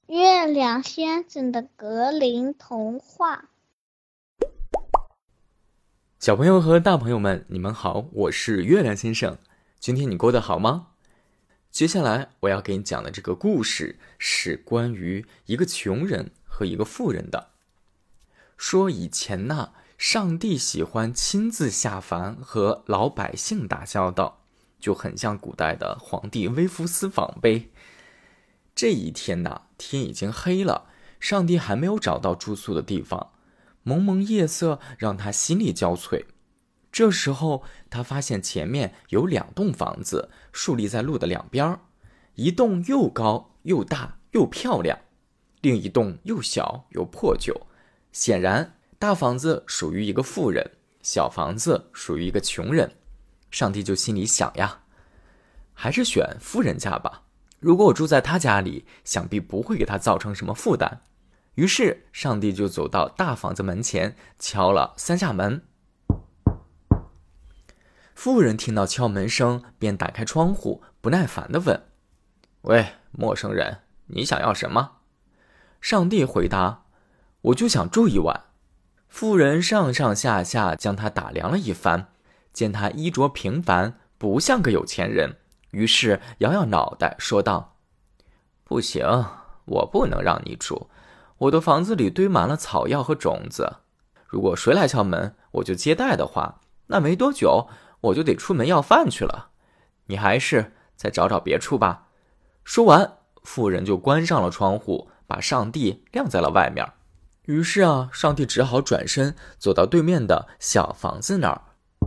月亮先生的格林童话。 小朋友和大朋友们，你们好，我是月亮先生。今天你过得好吗？接下来我要给你讲的这个故事是关于一个穷人和一个富人的。说以前呢，上帝喜欢亲自下凡和老百姓打交道，就很像古代的皇帝微服私访呗。这一天呢，天已经黑了，上帝还没有找到住宿的地方，蒙蒙夜色让他心力交瘁。这时候他发现前面有2栋房子竖立在路的两边，一栋又高又大又漂亮，另一栋又小又破旧。显然大房子属于一个富人，小房子属于一个穷人。上帝就心里想呀，还是选富人家吧，如果我住在他家里，想必不会给他造成什么负担。于是上帝就走到大房子门前，敲了3下门。富人听到敲门声，便打开窗户，不耐烦地问：喂，陌生人，你想要什么？上帝回答：我就想住一晚。富人上上下下将他打量了一番，见他衣着平凡，不像个有钱人，于是摇摇脑袋说道：不行，我不能让你住，我的房子里堆满了草药和种子，如果谁来敲门我就接待的话，那没多久我就得出门要饭去了，你还是再找找别处吧。说完，妇人就关上了窗户，把上帝晾在了外面。于是上帝只好转身走到对面的小房子那儿。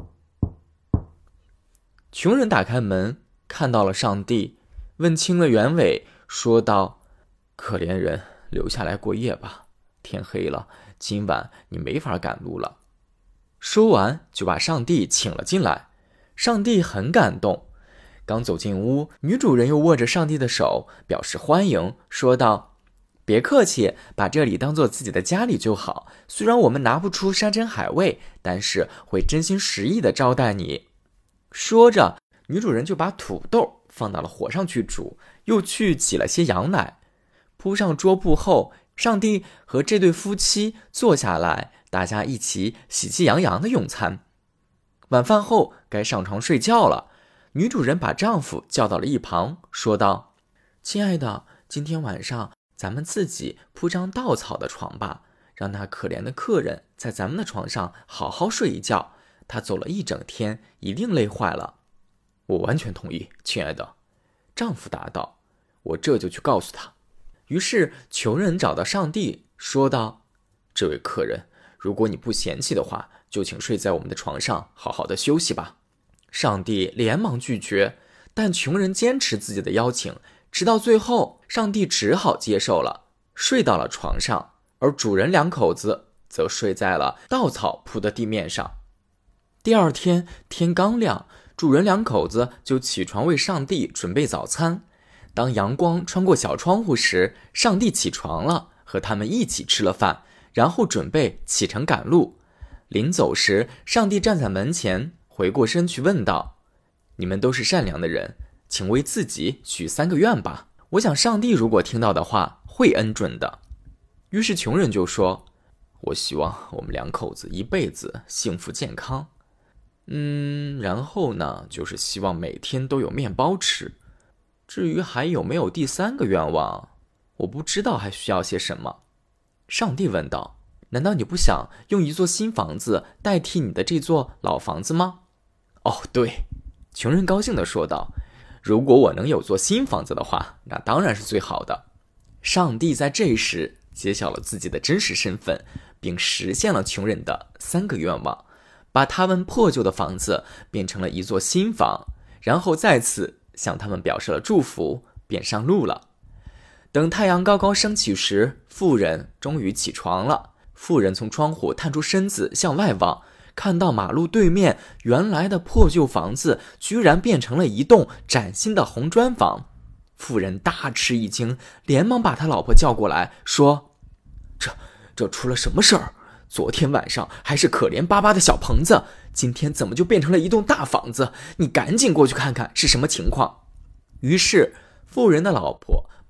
穷人打开门，看到了上帝，问清了原委，说道：可怜人，留下来过夜吧，天黑了，今晚你没法赶路了。说完就把上帝请了进来。上帝很感动，刚走进屋，女主人又握着上帝的手表示欢迎，说道：别客气，把这里当做自己的家里就好，虽然我们拿不出山珍海味，但是会真心实意地招待你。说着，女主人就把土豆放到了火上去煮，又去挤了些羊奶，铺上桌布后，上帝和这对夫妻坐下来，大家一起喜气洋洋地用餐。晚饭后该上床睡觉了，女主人把丈夫叫到了一旁，说道：亲爱的，今天晚上咱们自己铺张稻草的床吧，让那可怜的客人在咱们的床上好好睡一觉，他走了一整天，一定累坏了。我完全同意，亲爱的，丈夫答道，我这就去告诉他。于是穷人找到上帝，说道：这位客人，如果你不嫌弃的话，就请睡在我们的床上，好好的休息吧。上帝连忙拒绝，但穷人坚持自己的邀请，直到最后，上帝只好接受了，睡到了床上，而主人2口子则睡在了稻草铺的地面上。第二天天刚亮，主人2口子就起床为上帝准备早餐。当阳光穿过小窗户时，上帝起床了，和他们一起吃了饭，然后准备启程赶路。临走时，上帝站在门前，回过身去问道：你们都是善良的人，请为自己许3个愿吧，我想上帝如果听到的话，会恩准的。于是穷人就说：我希望我们2口子一辈子幸福健康。然后呢，就是希望每天都有面包吃。至于还有没有第3个愿望，我不知道还需要些什么。上帝问道：难道你不想用一座新房子代替你的这座老房子吗？哦，对，穷人高兴地说道，如果我能有座新房子的话，那当然是最好的。上帝在这时揭晓了自己的真实身份，并实现了穷人的3个愿望，把他们破旧的房子变成了一座新房，然后再次向他们表示了祝福，便上路了。等太阳高高升起时，妇人终于起床了。妇人从窗户探出身子向外望，看到马路对面原来的破旧房子居然变成了一栋崭新的红砖房。妇人大吃一惊，连忙把他老婆叫过来，说：这出了什么事儿？昨天晚上还是可怜巴巴的小棚子，今天怎么就变成了一栋大房子？你赶紧过去看看是什么情况。于是妇人的老婆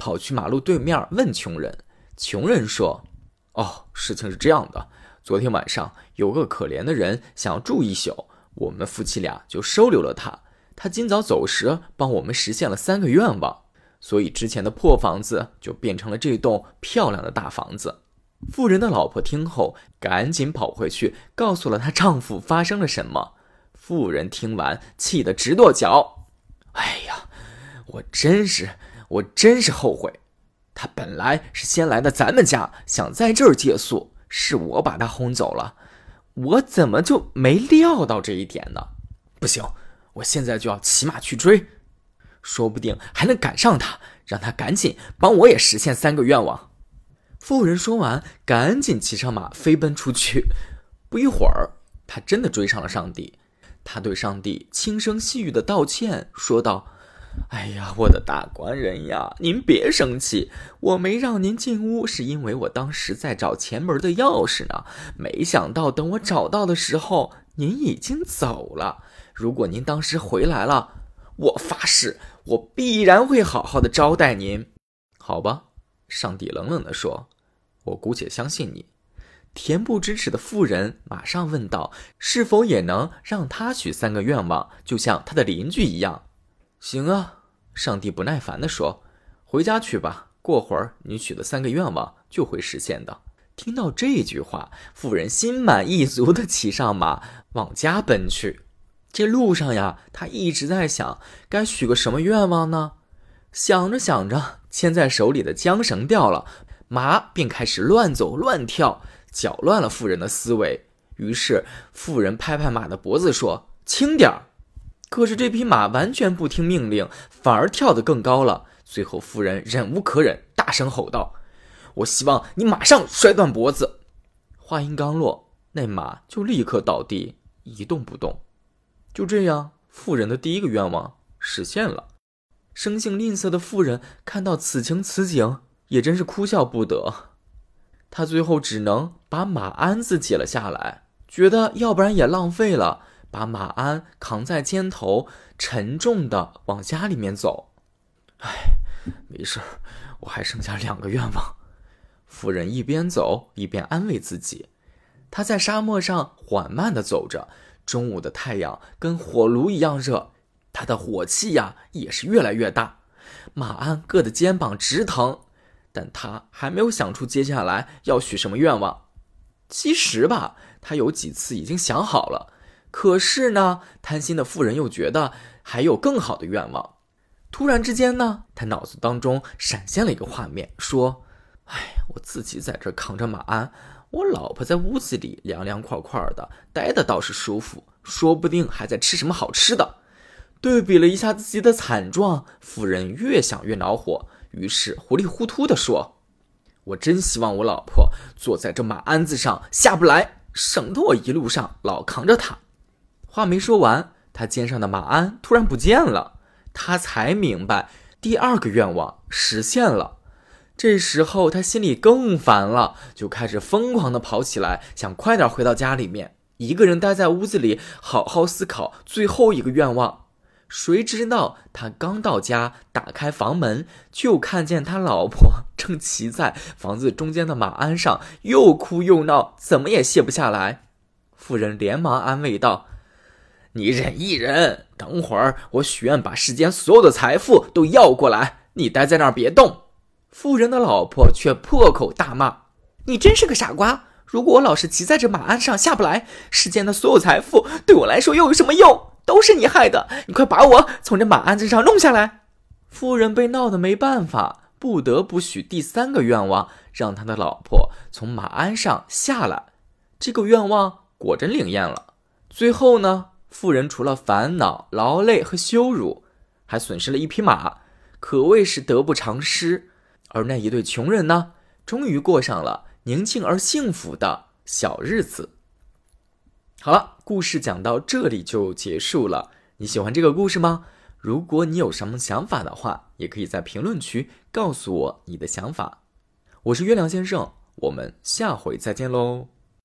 跑去马路对面问穷人。穷人说：哦，事情是这样的，昨天晚上有个可怜的人想要住一宿，我们夫妻俩就收留了他。他今早走时帮我们实现了3个愿望，所以之前的破房子就变成了这栋漂亮的大房子。妇人的老婆听后赶紧跑回去告诉了她丈夫发生了什么。妇人听完气得直跺脚，哎呀，我真是后悔，他本来是先来的咱们家，想在这儿借宿，是我把他轰走了，我怎么就没料到这一点呢？不行，我现在就要骑马去追，说不定还能赶上他，让他赶紧帮我也实现3个愿望。妇人说完，赶紧骑上马飞奔出去。不一会儿，他真的追上了上帝。他对上帝轻声细语的道歉，说道：哎呀，我的大官人呀，您别生气，我没让您进屋是因为我当时在找前门的钥匙呢，没想到等我找到的时候，您已经走了。如果您当时回来了，我发誓，我必然会好好的招待您。好吧，上帝冷冷地说，我姑且相信你。恬不知耻的妇人马上问道，是否也能让他许3个愿望，就像他的邻居一样？行啊，上帝不耐烦地说，回家去吧，过会儿你许的3个愿望就会实现的。听到这句话，妇人心满意足地骑上马往家奔去。这路上呀，她一直在想该许个什么愿望呢？想着想着，牵在手里的缰绳掉了，马便开始乱走乱跳，搅乱了妇人的思维。于是妇人拍拍马的脖子说，轻点儿。可是这匹马完全不听命令，反而跳得更高了。最后妇人忍无可忍，大声吼道，我希望你马上摔断脖子。话音刚落，那马就立刻倒地一动不动。就这样，妇人的第1个愿望实现了。生性吝啬的妇人看到此情此景，也真是哭笑不得。她最后只能把马鞍子解了下来，觉得要不然也浪费了，把马鞍扛在肩头，沉重地往家里面走。哎，没事，我还剩下2个愿望。妇人一边走一边安慰自己。她在沙漠上缓慢地走着，中午的太阳跟火炉一样热，她的火气呀也是越来越大。马鞍硌得肩膀直疼，但她还没有想出接下来要许什么愿望。其实吧，她有几次已经想好了，可是呢，贪心的妇人又觉得还有更好的愿望。突然之间呢，她脑子当中闪现了一个画面，说，哎，我自己在这扛着马鞍，我老婆在屋子里凉凉快快的，待的倒是舒服，说不定还在吃什么好吃的。对比了一下自己的惨状，妇人越想越恼火，于是糊里糊涂地说，我真希望我老婆坐在这马鞍子上下不来，省得我一路上老扛着她。话没说完，她肩上的马鞍突然不见了，她才明白第2个愿望实现了。这时候她心里更烦了，就开始疯狂地跑起来，想快点回到家里面，一个人待在屋子里好好思考最后1个愿望。谁知道他刚到家，打开房门，就看见他老婆正骑在房子中间的马鞍上，又哭又闹，怎么也卸不下来。妇人连忙安慰道，你忍一忍，等会儿我许愿把世间所有的财富都要过来，你待在那儿别动。妇人的老婆却破口大骂，你真是个傻瓜，如果我老是骑在这马鞍上下不来，世间的所有财富对我来说又有什么用？都是你害的，你快把我从这马鞍子上弄下来。妇人被闹得没办法，不得不许第3个愿望，让他的老婆从马鞍上下来。这个愿望果真灵验了。最后呢，妇人除了烦恼、劳累和羞辱，还损失了1匹马，可谓是得不偿失。而那一对穷人呢，终于过上了宁静而幸福的小日子。好了，故事讲到这里就结束了。你喜欢这个故事吗？如果你有什么想法的话，也可以在评论区告诉我你的想法。我是月亮先生，我们下回再见喽。